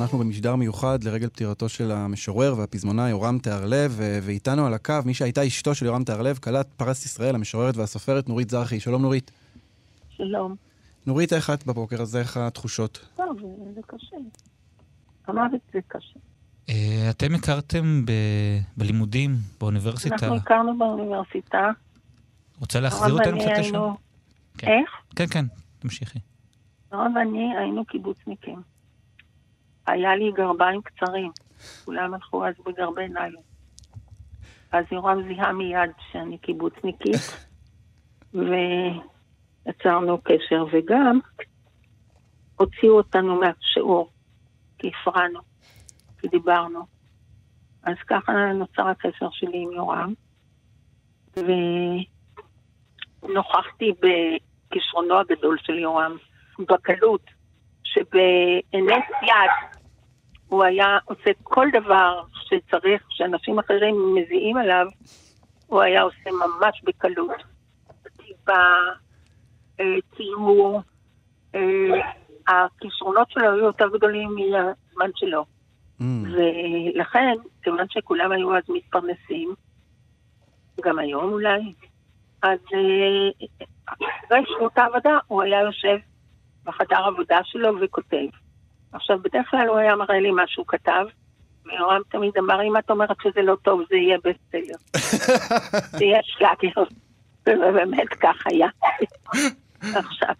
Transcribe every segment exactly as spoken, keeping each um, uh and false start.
אנחנו במשדר מיוחד לרגל פטירתו של המשורר והפזמונאי יורם טהרלב, ואיתנו על הקו מי שהייתה אשתו של יורם טהרלב, כלת פרס ישראל, המשוררת והסופרת נורית זרחי. שלום נורית. שלום. נורית, איך את בבוקר הזה? איך התחושות? טוב, זה קשה. המוות זה קשה. אתם הכרתם בלימודים, באוניברסיטה? אנחנו הכרנו באוניברסיטה. רוצה להחזיר אותנו קצת לשם? איך? כן, כן, תמשיכי. נורא ואני היינו קיבוצניקים. היה לי גרביים קצרים. כולם הלכו אז בגרבי ניילון. אז יורם זיהה מיד שאני קיבוצניקית, ויצרנו קשר, וגם הוציאו אותנו מהשיעור, כי הפרענו, כי דיברנו. אז ככה נוצר הקשר שלי עם יורם, ונוכחתי בכישרונו הגדול של יורם, בקלות, שבעינס יד הוא היה עושה כל דבר שצריך, שאנשים אחרים מזיעים עליו, הוא היה עושה ממש בקלות. כתיבה, ציור, הכישרונות שלו היו יותר גדולים מהזמן שלו. Mm. ולכן, כיוון שכולם היו אז מתפרנסים, גם היום אולי, אז אחרי שעות העבודה הוא היה יושב בחדר עבודה שלו וכותב. עכשיו, בדרך כלל הוא היה מראה לי מה שהוא כתב, ויורם תמיד אמר, אם את אומרת שזה לא טוב, זה יהיה בסטלר. זה יהיה שלאגר. ובאמת כך היה. עכשיו,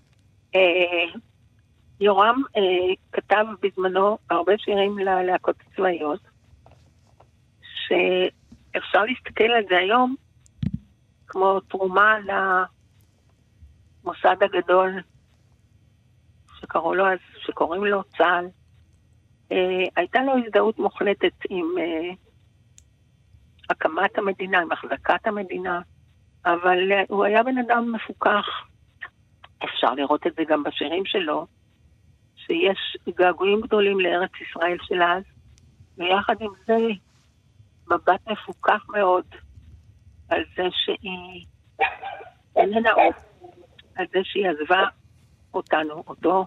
יורם כתב בזמנו הרבה שירים ללהקות הצבאיות, שאפשר להסתכל על זה היום, כמו תרומה למוסד הגדול, שקראו לו אז, שקוראים לו צה"ל. אה, הייתה לו הזדהות מוחלטת עם אה, הקמת המדינה, עם החזקת המדינה, אבל אה, הוא היה בן אדם מפוקח. אפשר לראות את זה גם בשירים שלו, שיש געגועים גדולים לארץ ישראל של אז, ויחד עם זה מבט מפוקח מאוד על זה שהיא איננה עוד, על זה שהיא עזבה אותנו, אותו,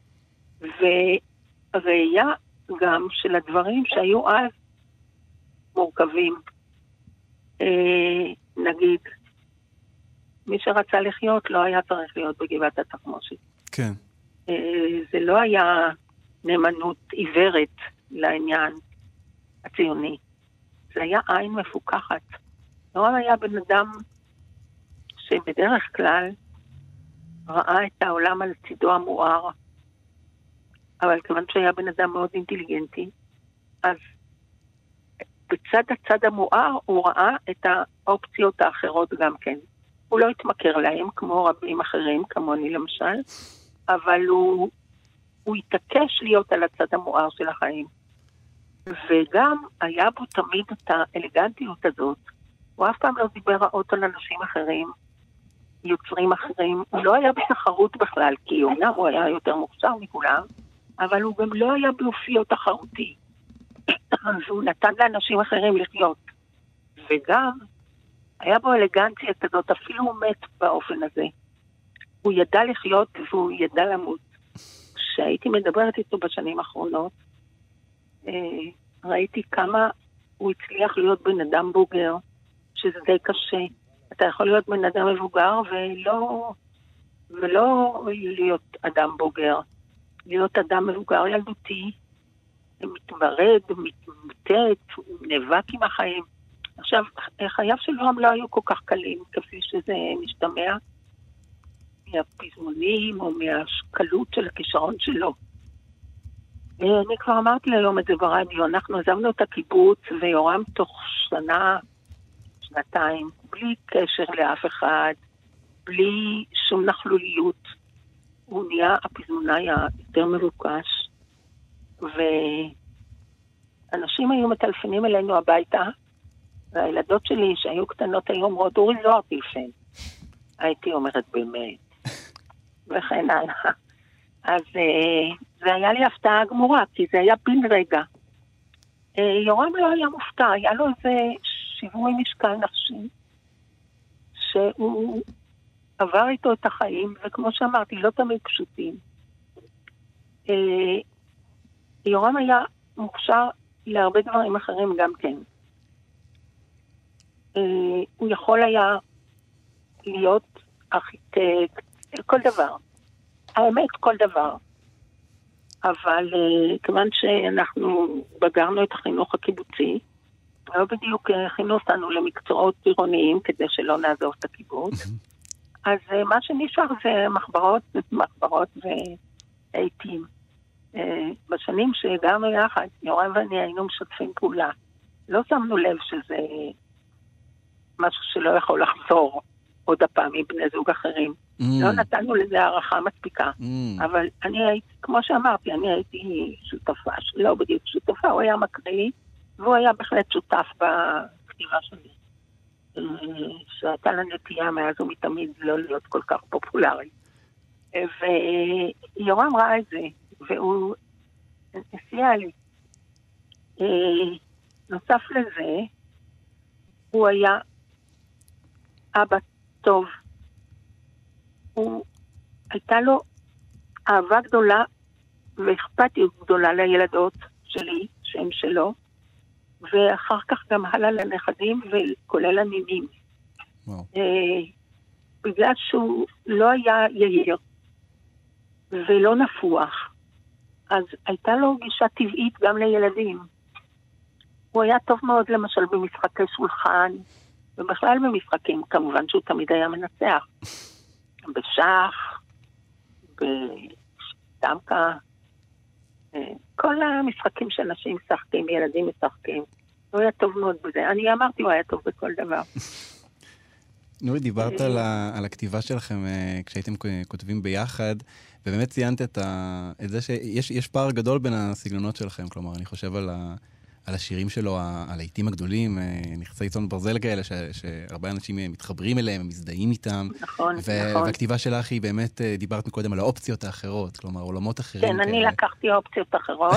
וראייה גם של הדברים שהיו אז מורכבים. אה, נגיד, מי שרצה לחיות לא היה צריך להיות בגבעת התחמושת. כן. אה, זה לא היה נאמנות עיוורת לעניין הציוני. זה היה עין מפוקחת. נורא היה בן אדם שבדרך כלל ראה את העולם על צידו המואר, אבל כיוון שהיה בן אדם מאוד אינטליגנטי, אז בצד הצד המואר הוא ראה את האופציות האחרות גם כן. הוא לא התמכר להם כמו רבים אחרים, כמוני למשל, אבל הוא, הוא התעקש להיות על הצד המואר של החיים. וגם היה בו תמיד את האלגנטיות הזאת. הוא אף פעם לא דיבר רעות על אנשים אחרים, יוצרים אחרים. הוא לא היה בתחרות בכלל, כי אומנם הוא היה יותר מוכשר מכולם, אבל הוא גם לא היה באופיו תחרותי. והוא נתן לאנשים אחרים לחיות. וגם היה בו אלגנציה כזאת, אפילו הוא מת באופן הזה. הוא ידע לחיות והוא ידע למות. כשהייתי מדברת איתו בשנים האחרונות, ראיתי כמה הוא הצליח להיות בן אדם בוגר, שזה די קשה. אתה יכול להיות בן אדם מבוגר ולא, ולא להיות אדם בוגר. להיות אדם מבוגר ילדותי, מתמרד, מתמוטט, נאבק עם החיים. עכשיו, חייו של יורם לא היו כל כך קלים, כפי שזה משתמע, מהפזמונים או מהקלות של הכישרון שלו. אני כבר אמרתי היום את זה ברדיו, אנחנו עזבנו את הקיבוץ, ויורם תוך שנה, שנתיים, בלי קשר לאף אחד, בלי שום נכלוליות, הוא נהיה הפזמונאי היותר מבוקש, ואנשים היו מטלפנים אלינו הביתה, והילדות שלי שהיו קטנות היו אומרות, אורי זוהר טלפן. הייתי אומרת באמת, וכן הלאה. אז זה היה לי הפתעה גמורה, כי זה היה בן רגע. יורם לא היה מופתע, היה לו איזה שיווי משקל נפשי, שהוא עבר איתו את החיים, וכמו שאמרתי, לא תמיד פשוטים. יורם היה מוכשר להרבה דברים אחרים גם כן. הוא יכול היה להיות ארכיטקט, כל דבר. האמת, כל דבר. אבל כיוון שאנחנו בגרנו את החינוך הקיבוצי, לא בדיוק הכינו אותנו למקצועות עירוניים כדי שלא נעזוב את הקיבוץ. אז מה שנשאר זה מחברות, מחברות ועיתים. בשנים שהגענו יחד, יורם ואני היינו משתפים פעולה. לא שמנו לב שזה משהו שלא יכול לחזור עוד הפעם עם בני זוג אחרים. Mm. לא נתנו לזה הערכה מספיקה. Mm. אבל אני הייתי, כמו שאמרתי, אני הייתי שותפה, לא בדיוק שותפה, הוא היה מקריא, והוא היה בהחלט שותף בכתיבה שלי. שהייתה לה נטייה מאז ומתמיד לא להיות כל כך פופולרי. ויורם ראה את זה, והוא הסיע לי. נוסף לזה, הוא היה אבא טוב. הוא, הייתה לו אהבה גדולה ואכפתיות גדולה לילדות שלי, שהם שלו, ואחר כך גם הלאה לנכדים וכולל הנינים. וואו. בגלל שהוא לא היה יהיר ולא נפוח, אז הייתה לו גישה טבעית גם לילדים. הוא היה טוב מאוד למשל במשחקי שולחן, ובכלל במשחקים, כמובן שהוא תמיד היה מנצח. בשח, בדמקה, כל המשחקים שאנשים משחקים, ילדים משחקים. הוא היה טוב מאוד בזה. אני אמרתי, הוא היה טוב בכל דבר. נורית, דיברת על, ה, על הכתיבה שלכם כשהייתם כותבים ביחד, ובאמת ציינת את, ה, את זה שיש יש פער גדול בין הסגנונות שלכם. כלומר, אני חושב על, ה, על השירים שלו, על העיתים הגדולים, נכסי צאן ברזל כאלה, ש, שהרבה אנשים מתחברים אליהם, מזדהים איתם. נכון, ו- נכון. והכתיבה שלך היא באמת, דיברת מקודם על האופציות האחרות, כלומר, עולמות אחרים. כן, כאלה. אני לקחתי אופציות אחרות.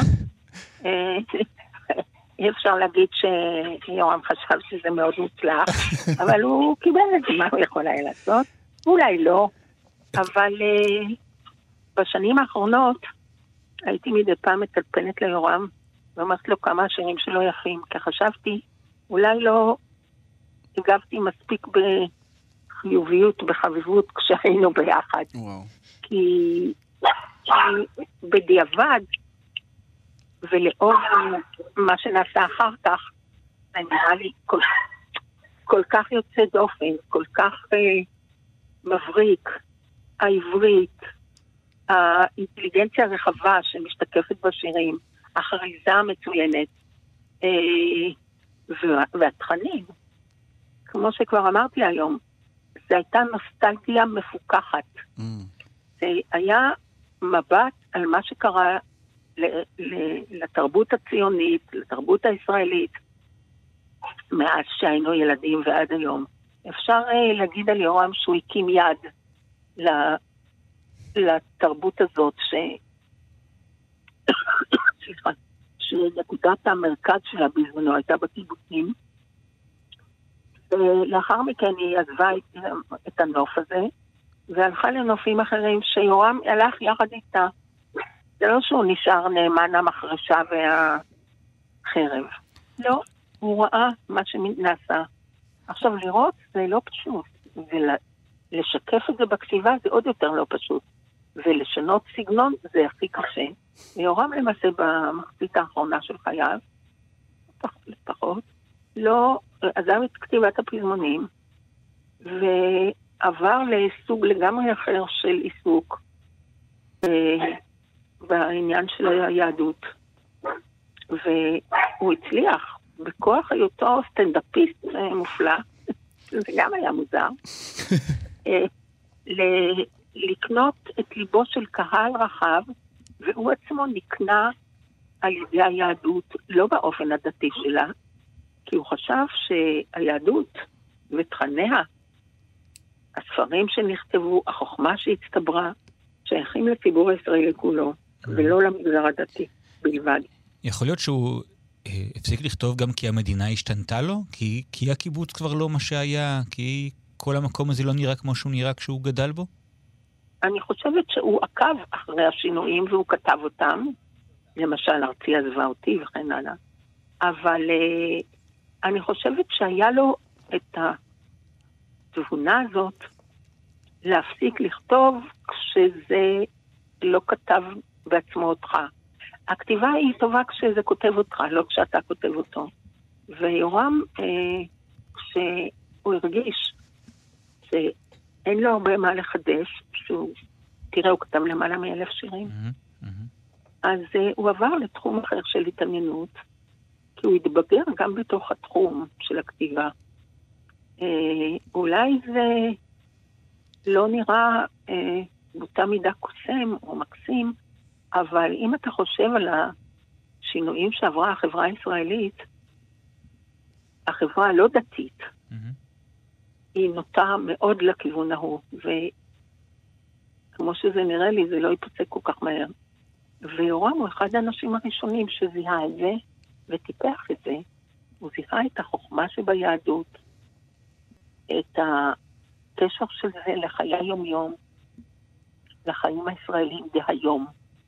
אי אפשר להגיד שיורם חשב שזה מאוד מוצלח, אבל הוא קיבל את זה, מה הוא יכול היה לעשות? אולי לא, אבל uh, בשנים האחרונות הייתי מדי פעם מטלפנת ליורם, ואומרת לו כמה השירים שלו יפים, כי חשבתי, אולי לא הגבתי מספיק בחיוביות, בחביבות, כשהיינו ביחד. וואו. כי, כי בדיעבד, ולאור מה שנעשה אחר כך, זה נראה לי כל, כל כך יוצא דופן, כל כך אה, מבריק, העברית, האינטליגנציה הרחבה שמשתקפת בשירים, החריזה המצוינת, אה, וה, והתכנים. כמו שכבר אמרתי היום, זה הייתה נוסטלגיה מפוקחת. Mm. זה היה מבט על מה שקרה לתרבות הציונית, לתרבות הישראלית, מאז שהיינו ילדים ועד היום. אפשר להגיד על יורם שהוא הקים יד לתרבות הזאת, ש... שנקודת המרכז שלה בזמנו הייתה בקיבוצים, ולאחר מכן היא עזבה את הנוף הזה, והלכה לנופים אחרים שיורם הלך יחד איתה. זה לא שהוא נשאר נאמן המחרשה והחרב. לא, הוא ראה מה שנעשה. עכשיו לראות זה לא פשוט, ולשקף את זה בכתיבה זה עוד יותר לא פשוט. ולשנות סגנון זה הכי קשה. ויורם למעשה במחצית האחרונה של חייו, לפחות, לא עזב את כתיבת הפזמונים, ועבר לסוג לגמרי אחר של עיסוק, בעניין של היהדות. והוא הצליח, בכוח היותו סטנדאפיסט מופלא, זה גם היה מוזר, לקנות את ליבו של קהל רחב, והוא עצמו נקנה על ידי היהדות, לא באופן הדתי שלה, כי הוא חשב שהיהדות ותכניה, הספרים שנכתבו, החוכמה שהצטברה, שייכים לציבור הישראלי כולו, ולא למגזר הדתי בלבד. יכול להיות שהוא אה, הפסיק לכתוב גם כי המדינה השתנתה לו? כי, כי הקיבוץ כבר לא מה שהיה? כי כל המקום הזה לא נראה כמו שהוא נראה כשהוא גדל בו? אני חושבת שהוא עקב אחרי השינויים והוא כתב אותם, למשל, ארצי עזבה אותי וכן הלאה. אבל uh, אני חושבת שהיה לו את התבונה הזאת להפסיק לכתוב כשזה לא כתב בעצמו אותך. הכתיבה היא טובה כשזה כותב אותך, לא כשאתה כותב אותו. ויורם, uh, כשהוא הרגיש שאין לו הרבה מה לחדש, שהוא, תראה, הוא כתב למעלה מאלף שירים, mm-hmm, mm-hmm. אז uh, הוא עבר לתחום אחר של התעניינות, כי הוא התבגר גם בתוך התחום של הכתיבה. Uh, אולי זה לא נראה uh, באותה מידה קוסם או מקסים, אבל אם אתה חושב על השינויים שעברה החברה הישראלית, החברה הלא דתית, mm-hmm. היא נוטה מאוד לכיוון ההוא, וכמו שזה נראה לי, זה לא ייפסק כל כך מהר. ויורם הוא אחד האנשים הראשונים שזיהה את זה, וטיפח את זה. הוא זיהה את החוכמה שביהדות, את הקשר של זה לחיי יום-יום, לחיים הישראלים דהיום.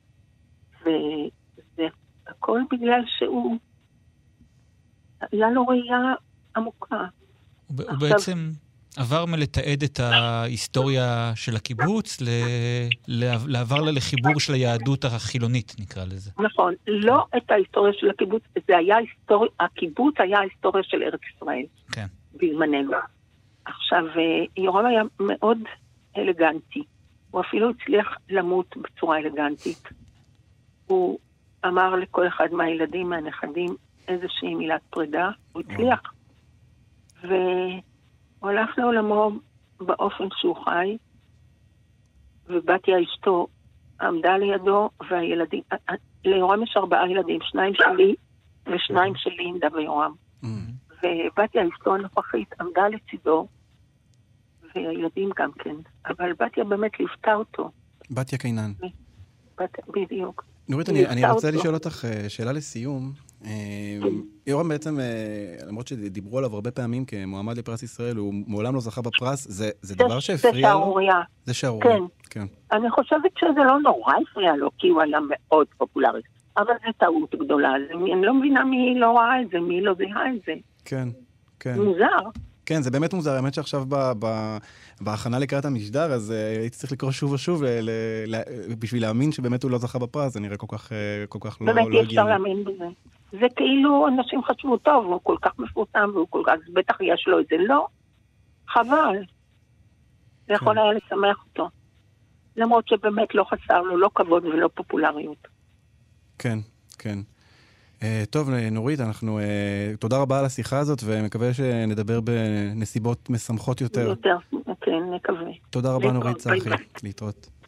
וזה הכל בגלל שהוא, היה לו ראייה עמוקה. הוא בעצם עבר מלתעד את ההיסטוריה של הקיבוץ, לעבר לה לחיבור של היהדות החילונית, נקרא לזה. נכון, לא את ההיסטוריה של הקיבוץ, זה היה היסטוריה, הקיבוץ היה ההיסטוריה של ארץ ישראל. כן. בזמננו. עכשיו, יורם היה מאוד אלגנטי. הוא אפילו הצליח למות בצורה אלגנטית. הוא אמר לכל אחד מהילדים, מהנכדים, איזושהי מילת פרידה. הוא הצליח. והוא הלך לעולמו באופן שהוא חי, ובתיה אשתו עמדה לידו, והילדים, ליורם יש ארבעה ילדים, שניים שלי ושניים של לינדה ויורם. ובתיה אשתו הנוכחית עמדה לצידו, והילדים גם כן. אבל בתיה באמת ליוותה אותו. בתיה קינן. בדיוק. נורית, אני, אני רוצה לשאול אותך שאלה לסיום. יורם בעצם, למרות שדיברו עליו הרבה פעמים כמועמד לפרס ישראל, הוא מעולם לא זכה בפרס, זה, זה דבר שהפריע לו? זה שערוריה. זה שערוריה. כן. כן. אני חושבת שזה לא נורא הפריע לו, כי הוא היה מאוד פופולרי. אבל זה טעות גדולה. אני לא מבינה מי לא ראה את זה, מי לא זיהה את זה. כן, כן. מוזר. כן, זה באמת מוזר. האמת שעכשיו ב, ב, בהכנה לקראת המשדר, אז uh, הייתי צריך לקרוא שוב ושוב ל, ל, ל, בשביל להאמין שבאמת הוא לא זכה בפרס, זה נראה כל כך, כל כך לא... באמת לא אי אפשר להאמין בזה. זה כאילו אנשים חשבו טוב, הוא כל כך מפורסם, והוא כל כך, בטח יש לו את זה. לא, חבל. זה יכול היה לשמח אותו. למרות שבאמת לא חסר לו, לא כבוד ולא פופולריות. כן, כן. Uh, טוב, נורית, אנחנו, uh, תודה רבה על השיחה הזאת, ומקווה שנדבר בנסיבות משמחות יותר. יותר, כן, נקווה. תודה רבה, נורית צחי. להתראות.